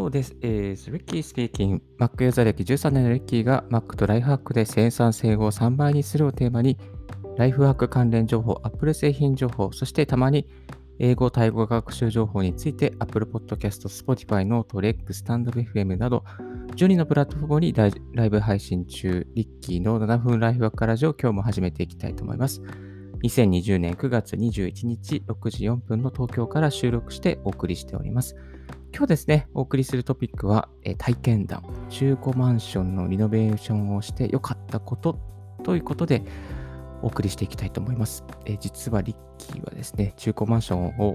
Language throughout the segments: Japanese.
Hello, this is Ricky speaking. Mac ユーザー歴13年のリッキーが Mac とライフハックで生産性を3倍にするをテーマに、ライフハック関連情報、Apple 製品情報、そしてたまに英語・タイ語学習情報について Apple Podcast、Spotify、ノート、Rex、スタンド FM など12のプラットフォームにライブ配信中、リッキーの7分ライフハックラジオを今日も始めていきたいと思います。2020年9月21日6時4分の東京から収録してお送りしております。今日ですね、お送りするトピックは、体験談、中古マンションのリノベーションをして良かったことということでお送りしていきたいと思います。実はリッキーはですね、中古マンションを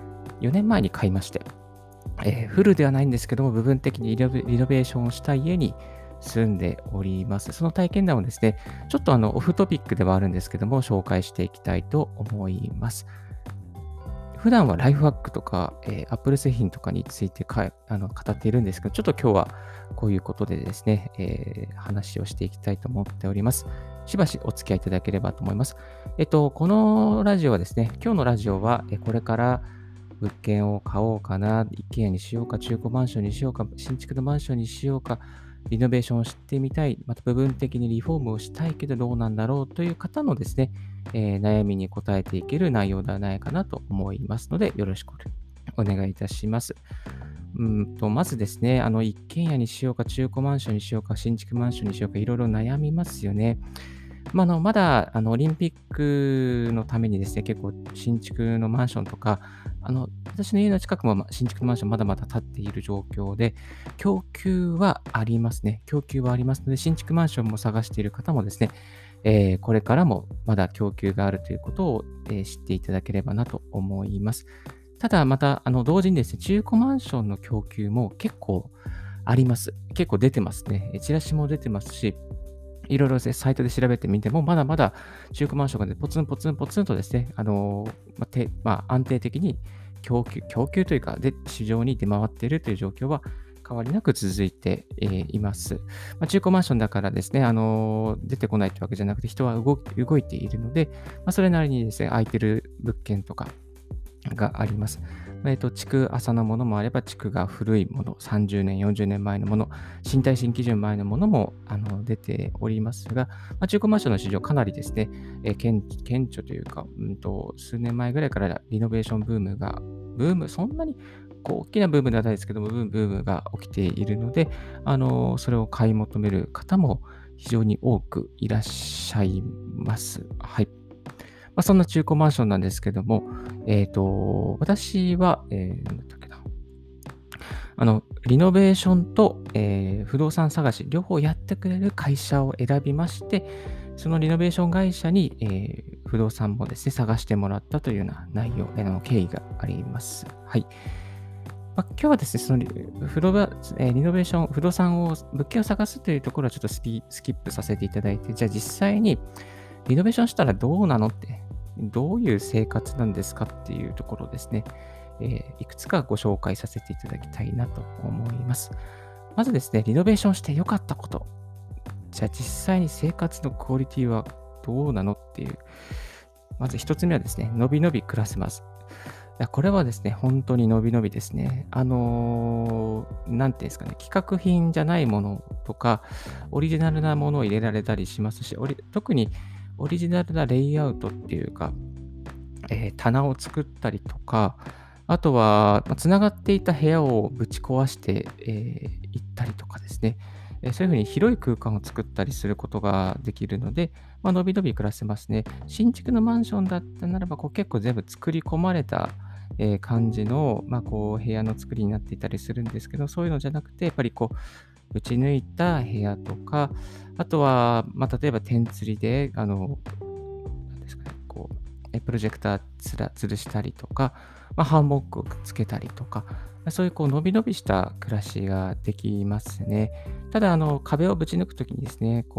4年前に買いまして、フルではないんですけども、部分的にリノベーションをした家に住んでおります。その体験談をですね、ちょっとオフトピックではあるんですけども、紹介していきたいと思います。普段はライフハックとか、Apple 製品とかについて語っているんですけど、ちょっと今日はこういうことでですね、話をしていきたいと思っております。しばしお付き合いいただければと思います。このラジオはですね、今日のラジオは、これから物件を買おうかな、一軒家にしようか、中古マンションにしようか、新築のマンションにしようか、リノベーションをしてみたい、また部分的にリフォームをしたいけどどうなんだろうという方のですね、悩みに答えていける内容ではないかなと思いますので、よろしくお願いいたします。まずですね、一軒家にしようか、中古マンションにしようか、新築マンションにしようか、いろいろ悩みますよね。まだオリンピックのためにですね、結構新築のマンションとか、私の家の近くも新築のマンションまだまだ建っている状況で、供給はありますね。供給はありますので、新築マンションも探している方もですね、これからもまだ供給があるということを、知っていただければなと思います。ただ、また、同時にですね、中古マンションの供給も結構あります。結構出てますね。チラシも出てますし、いろいろサイトで調べてみても、まだまだ中古マンションがポツンポツンポツンとですね、安定的に供給というか、市場に出回っているという状況は変わりなく続いています。中古マンションだからですね、出てこないというわけじゃなくて、人は動いているので、それなりにですね、空いてる物件とかがあります。築浅のものもあれば、築が古いもの、30年、40年前のもの、新耐震基準前のものも出ておりますが、中古マンションの市場かなりですね、顕著というか、数年前ぐらいからリノベーションブーム、そんなに大きなブームではないですけども、ブームが起きているので、それを買い求める方も非常に多くいらっしゃいます。はい。そんな中古マンションなんですけども、私は、なんだったっけな。リノベーションと、不動産探し、両方やってくれる会社を選びまして、そのリノベーション会社に、不動産もですね、探してもらったというような内容、経緯があります。はい。今日はですね、そのリノベーション、不動産を、物件を探すというところはちょっとスキップさせていただいて、じゃあ実際にリノベーションしたらどうなのって、どういう生活なんですかっていうところですね、いくつかご紹介させていただきたいなと思います。まずですね、リノベーションして良かったこと。じゃあ実際に生活のクオリティはどうなのっていう。まず一つ目はですね、のびのび暮らせます。これはですね、本当にのびのびですね。なんていうんですかね、企画品じゃないものとか、オリジナルなものを入れられたりしますし、特にオリジナルなレイアウトっていうか、棚を作ったりとか、あとは、つながっていた部屋をぶち壊して、行ったりとかですね、そういうふうに広い空間を作ったりすることができるので、のびのび暮らせますね。新築のマンションだったならば、結構全部作り込まれた、感じの、部屋の作りになっていたりするんですけど、そういうのじゃなくて、やっぱり打ち抜いた部屋とか、あとは、例えば点釣りで、なんですかね、プロジェクター吊るしたりとか、ハンモックをつけたりとか、そういうのびのびした暮らしができますね。ただ、壁をぶち抜くときにですね、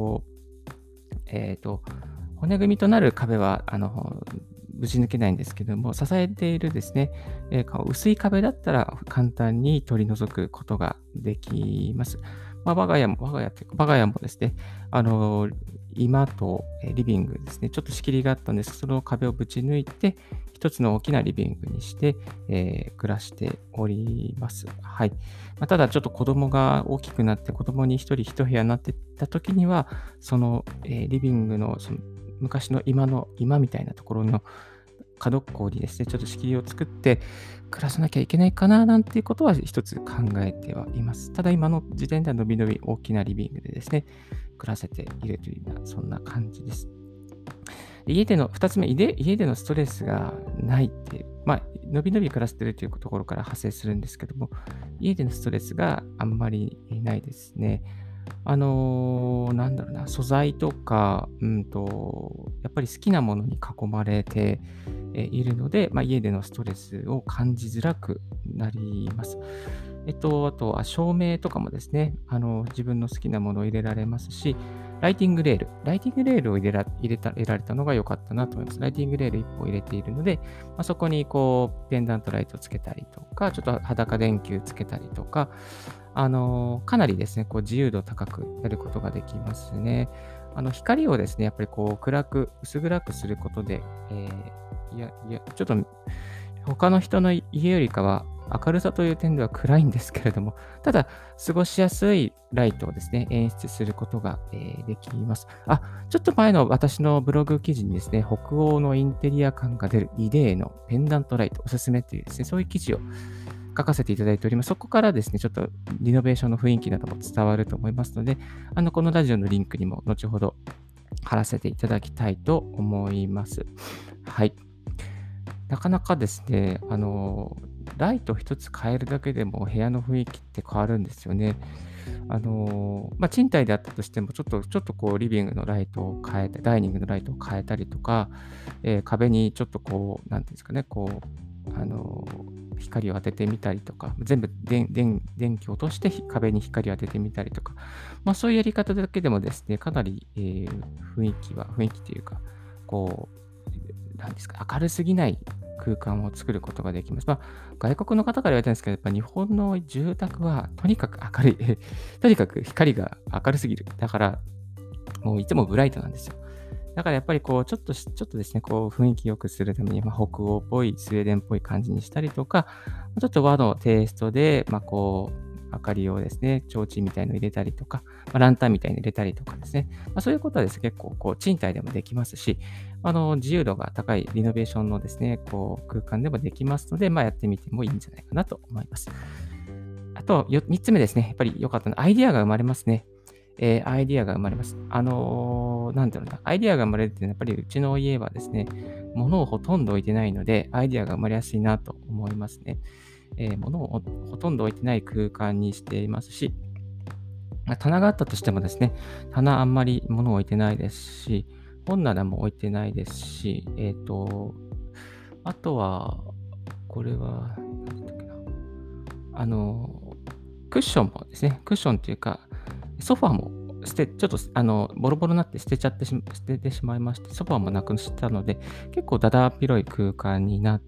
骨組みとなる壁は、ぶち抜けないんですけども、支えているですね、薄い壁だったら簡単に取り除くことができます。我が家もですね、居間とリビングですね、ちょっと仕切りがあったんです。その壁をぶち抜いて、 一つの大きなリビングにして、暮らしております。はい。ただちょっと子供が大きくなって、子供に一人一部屋になっていった時には、その、リビングのその昔の今みたいなところの角っこにですね、ちょっと仕切りを作って暮らさなきゃいけないかななんていうことは一つ考えてはいます。ただ今の時点ではのびのび大きなリビングでですね、暮らせているというような、そんな感じです。家での、2つ目、家でのストレスがないっていう、のびのび暮らしてるというところから派生するんですけども、家でのストレスがあんまりないですね。なんだろうな、素材とか、やっぱり好きなものに囲まれているので、家でのストレスを感じづらくなります。あとは照明とかもですね、自分の好きなものを入れられますし、ライティングレールを入れられたのが良かったなと思います。ライティングレール1本入れているので、そこにこう、ペンダントライトをつけたりとか、ちょっと裸電球つけたりとか、かなりですね、こう自由度高くやることができますね。光をですね、やっぱりこう薄暗くすることで、ちょっと他の人の家よりかは明るさという点では暗いんですけれども、ただ過ごしやすいライトをですね、演出することが、できます。ちょっと前の私のブログ記事にですね、北欧のインテリア感が出るイデーのペンダントライトおすすめというですね、そういう記事を書かせていただいております。そこからですね、ちょっとリノベーションの雰囲気なども伝わると思いますので、このラジオのリンクにも後ほど貼らせていただきたいと思います。はい。なかなかですね、ライト一つ変えるだけでも部屋の雰囲気って変わるんですよね。賃貸であったとしても、ちょっとこうリビングのライトを変えて、ダイニングのライトを変えたりとか、壁にちょっとこう、なんていうんですかね、こう、光を当ててみたりとか、全部電気を落として壁に光を当ててみたりとか、そういうやり方だけでもですね、かなり、雰囲気というか、こう、なんですか、明るすぎない空間を作ることができます。外国の方から言われたんですけど、やっぱ日本の住宅はとにかく明るい、とにかく光が明るすぎる。だから、もういつもブライトなんですよ。だからやっぱりこう、ちょっとですね、こう雰囲気良くするために、北欧っぽい、スウェーデンっぽい感じにしたりとか、ちょっと和のテイストで、こう、明かりをですね、提灯みたいの入れたりとか、ランタンみたいに入れたりとかですね、そういうことはですね、結構こう賃貸でもできますし、自由度が高いリノベーションのですね、こう空間でもできますので、やってみてもいいんじゃないかなと思います。あと、3つ目ですね、やっぱり良かったのはアイディアが生まれますね。アイディアが生まれます。なんだろうな、アイディアが生まれるっていうのは、やっぱりうちの家はですね、物をほとんど置いてないので、アイディアが生まれやすいなと思いますね。物をほとんど置いてない空間にしていますし、棚があったとしてもですね、棚あんまり物を置いてないですし、本棚も置いてないですし、あとは、これは、なんだっけな、クッションもですね、クッションっていうか、ソファーもちょっとボロボロになって捨ててしまいまして、ソファーもなくしたので、結構だだっ広い空間になって、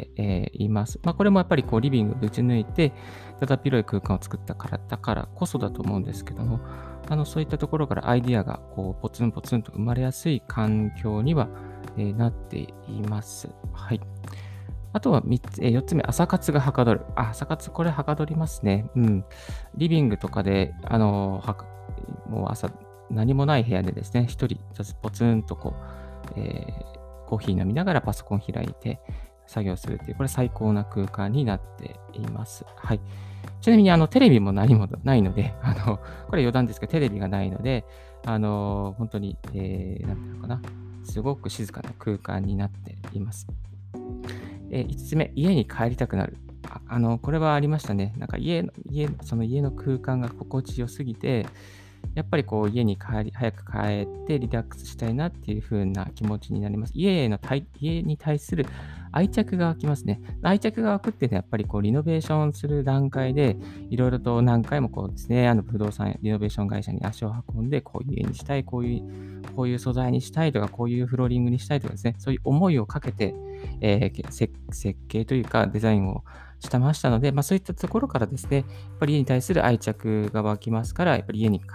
います。これもやっぱりこうリビングぶち抜いて、だだっ広い空間を作ったからだからこそだと思うんですけども、そういったところからアイディアがこうポツンポツンと生まれやすい環境には、なっています。はい。あとは4つ目、朝活がはかどる。朝活、これはかどりますね。うん。リビングとかで、もう朝、何もない部屋でですね、一人、ポツンとこう、コーヒー飲みながらパソコン開いて作業するっていう、これ最高な空間になっています。はい。ちなみに、テレビも何もないので、これ余談ですけど、テレビがないので、本当に、なんていうのかな、すごく静かな空間になっています。5つ目、家に帰りたくなる。これはありましたね。なんかその家の空間が心地よすぎて、やっぱりこう早く帰ってリラックスしたいなっていう風な気持ちになります。家に対する愛着が湧きますね。愛着が湧くっていうのはやっぱりこうリノベーションする段階で、いろいろと何回もこうですね、不動産リノベーション会社に足を運んで、こういう家にしたい、こういう素材にしたいとか、こういうフローリングにしたいとかですね、そういう思いをかけて、設計というかデザインをしてましたので、そういったところからですね、やっぱり家に対する愛着が湧きますから、やっぱり家に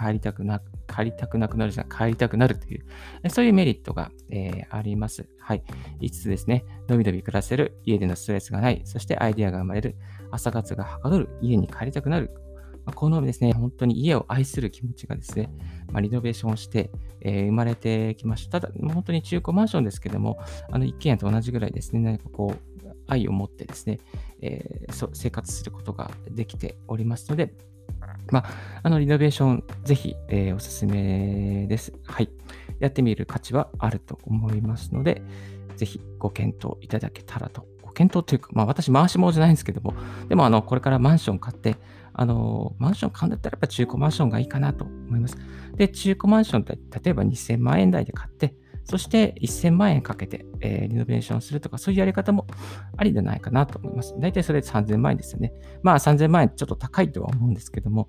帰りたくなるという、そういうメリットが、あります。はい。5つつですね、のびのび暮らせる、家でのストレスがない、そしてアイデアが生まれる、朝活がはかどる、家に帰りたくなる。このですね、本当に家を愛する気持ちがですね、リノベーションをして、生まれてきました。ただ、もう本当に中古マンションですけども、一軒家と同じぐらいですね、何かこう、愛を持ってですね、生活することができておりますので、リノベーション、ぜひ、おすすめです。はい。やってみる価値はあると思いますので、ぜひご検討いただけたらと。ご検討というか、私、回し物じゃないんですけども、でも、これからマンション買って、マンション買うんだったらやっぱ中古マンションがいいかなと思います。で、中古マンションって例えば2000万円台で買って、そして1000万円かけて、リノベーションするとか、そういうやり方もありじゃないかなと思います。だいたいそれで3000万円ですよね。3000万円ちょっと高いとは思うんですけども、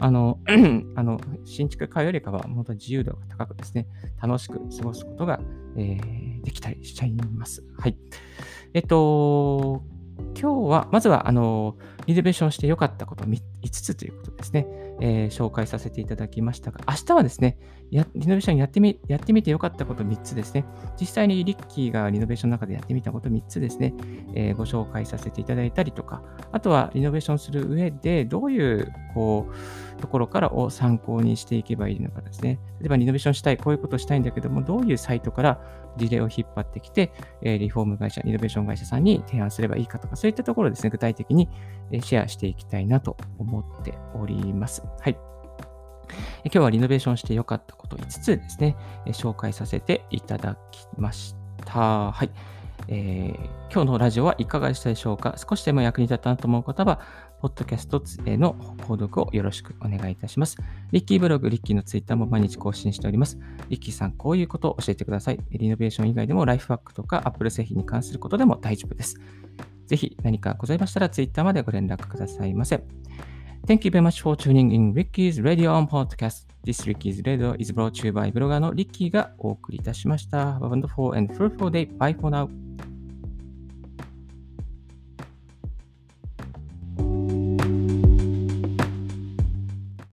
新築買うよりかは、本当に自由度が高くですね、楽しく過ごすことが、できたりしちゃいます。はい。今日は、まずは、リノベーションして良かったこと5つということですね、紹介させていただきましたが、明日はですね、リノベーションやってみて良かったこと3つですね。実際にリッキーがリノベーションの中でやってみたこと3つですね、ご紹介させていただいたりとか、あとはリノベーションする上で、どういう、ところからを参考にしていけばいいのかですね。例えばリノベーションしたい、こういうことをしたいんだけども、どういうサイトから事例を引っ張ってきて、リフォーム会社、リノベーション会社さんに提案すればいいかとか、そういったところをですね、具体的にシェアしていきたいなと思っております。はい。今日はリノベーションして良かったこと5つですね、紹介させていただきました。はい。今日のラジオはいかがでしたでしょうか。少しでも役に立ったなと思う方は、ポッドキャストへの購読をよろしくお願いいたします。リッキーブログ、リッキーのツイッターも毎日更新しております。リッキーさん、こういうことを教えてください。リノベーション以外でもライフハックとか Apple 製品に関することでも大丈夫です。ぜひ何かございましたらツイッターまでご連絡くださいませ。Thank you very much for tuning in Ricky's Radio on Podcast. This Ricky's Radio is brought to you by ブロガーのリッキーがお送りいたしました。Have a wonderful and fruitful day. Bye for now.